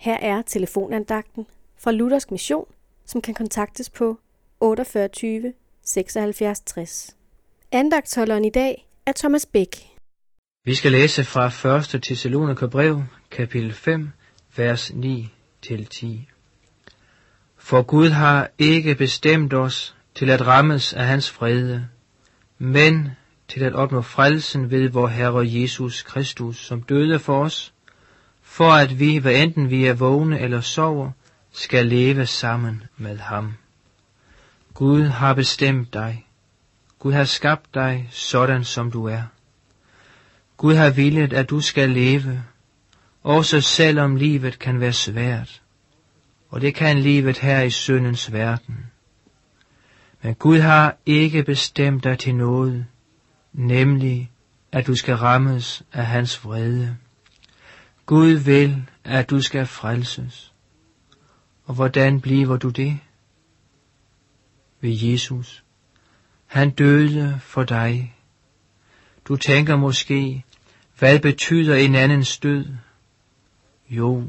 Her er telefonandagten fra Luthersk Mission, som kan kontaktes på 48 76 60. Andagtsholderen i dag er Thomas Bæk. Vi skal læse fra 1. Thessalonikerbrev, kapitel 5, vers 9-10. For Gud har ikke bestemt os til at rammes af hans vrede, men til at opnå frelsen ved vor Herre Jesus Kristus, som døde for os, for at vi, hvad enten vi er vågne eller sover, skal leve sammen med ham. Gud har bestemt dig. Gud har skabt dig sådan, som du er. Gud har villet, at du skal leve, også selvom livet kan være svært, og det kan livet her i syndens verden. Men Gud har ikke bestemt dig til noget, nemlig at du skal rammes af hans vrede. Gud vil, at du skal frelses. Og hvordan bliver du det? Ved Jesus. Han døde for dig. Du tænker måske, hvad betyder en andens død? Jo,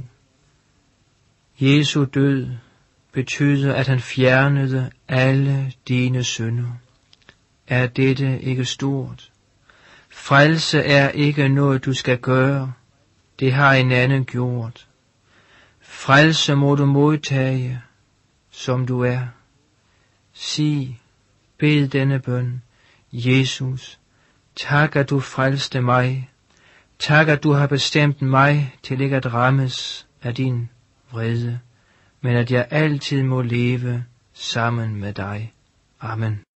Jesu død betyder, at han fjernede alle dine synder. Er dette ikke stort? Frelse er ikke noget, du skal gøre. Det har en anden gjort. Frelse må du modtage, som du er. Sig, bed denne bøn. Jesus, tak at du frelste mig. Tak at du har bestemt mig til ikke at rammes af din vrede, men at jeg altid må leve sammen med dig. Amen.